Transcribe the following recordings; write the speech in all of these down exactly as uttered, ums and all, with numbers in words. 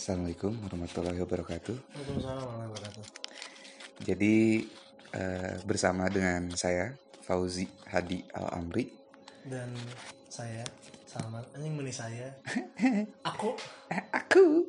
Assalamualaikum warahmatullahi wabarakatuh. Waalaikumsalam warahmatullahi wabarakatuh. Jadi uh, bersama dengan saya Fauzi Hadi Al-Amri Dan saya Salman. Anjing meni saya. Aku. Aku.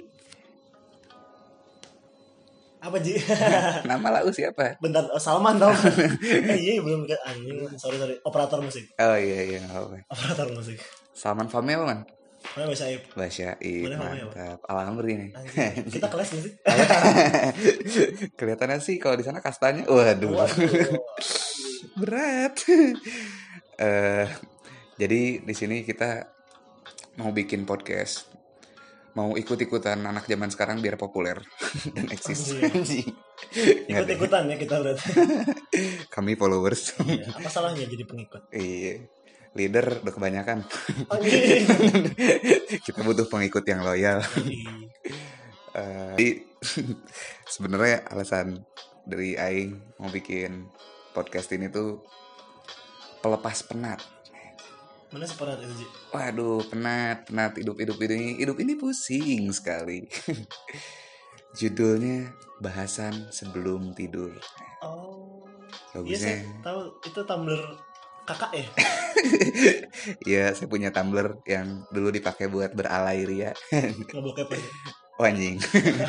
Apa Ji? Nama lau siapa? Bentar, oh, Salman tau. eh iya belum ke anjing. Sorry sorry. Operator musik. Oh iya iya nggak apa. Operator musik. Salman Fahmi apa man? Mana bahasa Aib? Bahasa Aib, mantap. Al-Amri nih. Anjing. Kita kelas gak sih? Kelihatannya sih kalau di sana kastanya, waduh, Waduh. berat. uh, jadi di sini kita mau bikin podcast, mau ikut-ikutan anak zaman sekarang biar populer dan eksis. Ikut-ikutan ya kita berarti. Kami followers. Iya, apa salahnya jadi pengikut? Iya. Leader udah kebanyakan. Anjing. Kita butuh pengikut yang loyal. uh, Jadi sebenarnya alasan dari Aing mau bikin podcast ini tuh pelepas penat. Mana sepenat itu Ji? Waduh, penat, penat hidup-hidup ini, hidup ini pusing sekali. Judulnya bahasan sebelum tidur. Oh. Bagusnya. Iya saya tahu itu Tumblr kakak ya. Iya, saya punya Tumblr yang dulu dipakai buat beralay ria. Ngebokep aja. Oh, anjing.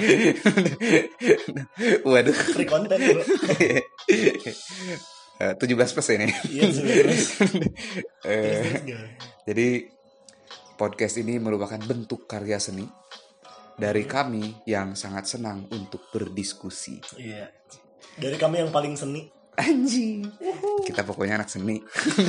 Waduh. Free content bro. Uh, tujuh belas plus ini. Iya sebenarnya. uh, Jadi podcast ini merupakan bentuk karya seni dari kami yang sangat senang untuk berdiskusi. Iya. Dari kami yang paling seni. Anjing. Kita pokoknya anak seni.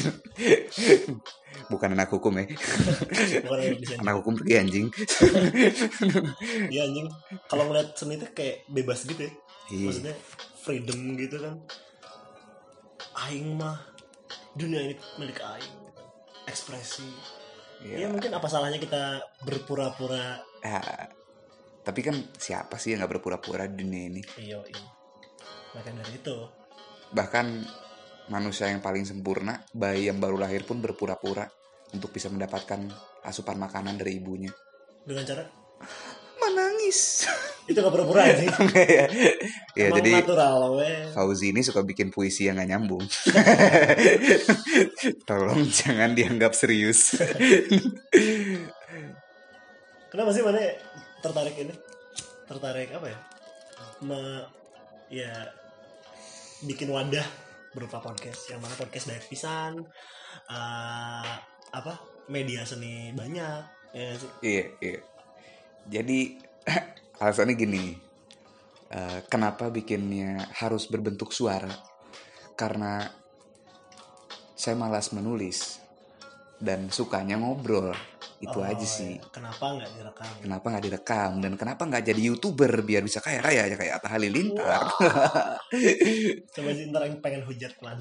Bukan anak hukum ya. Bukan anak desain. Anak hukum pergi anjing. Iya anjing. Kalau ngeliat seni itu kayak bebas gitu ya. Iyi. Maksudnya freedom gitu kan. Aing mah dunia ini milik aing. Ekspresi. Ya. Ya mungkin apa salahnya kita berpura-pura. Ya, tapi kan siapa sih yang gak berpura-pura di dunia ini? Iya iya. Maka dari itu. Bahkan manusia yang paling sempurna, bayi yang baru lahir pun berpura-pura untuk bisa mendapatkan asupan makanan dari ibunya. Dengan cara menangis. Itu gak pura-pura sih. Ya, emang jadi natural we. Fauzi ini suka bikin puisi yang gak nyambung. Tolong jangan dianggap serius. Kenapa sih mana tertarik ini? Tertarik apa ya? Me, ya bikin wadah berupa podcast, yang mana podcast banyak pisan, uh, apa media seni banyak ya sih? Iya iya. Jadi alasannya gini, uh, kenapa bikinnya harus berbentuk suara? Karena saya malas menulis dan sukanya ngobrol. Itu Oh, aja sih. Ya. Kenapa nggak direkam? Kenapa nggak direkam dan kenapa nggak jadi YouTuber biar bisa kaya raya ya kayak Atta Halilintar? Coba sih ntar yang pengen hujat pelan.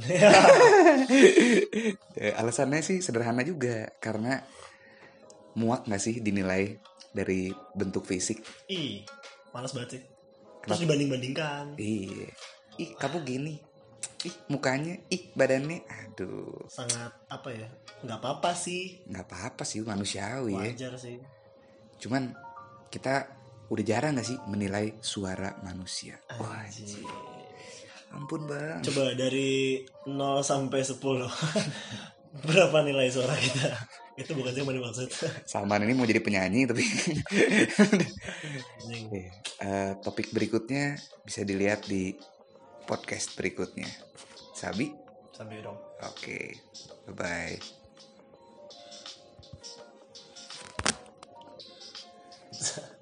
Alasannya sih sederhana juga, karena muak nggak sih dinilai dari bentuk fisik? Ih, malas banget sih. Kenapa? Terus dibanding-bandingkan. Iya. Ih, kamu gini. Ih, mukanya, ih, badannya. Aduh. Sangat apa ya? Nggak apa-apa sih. Nggak apa-apa sih, manusiawi ya. Wajar sih. Cuman kita udah jarang nggak sih menilai suara manusia? Wah, Anjir. ampun bang. Coba dari nol sampai sepuluh. Berapa nilai suara kita? Itu bukan sih yang mana maksud. Salman ini mau jadi penyanyi tapi Anjing. uh, topik berikutnya bisa dilihat di podcast berikutnya. Sabi? Sampai dong. Oke, okay. Bye-bye.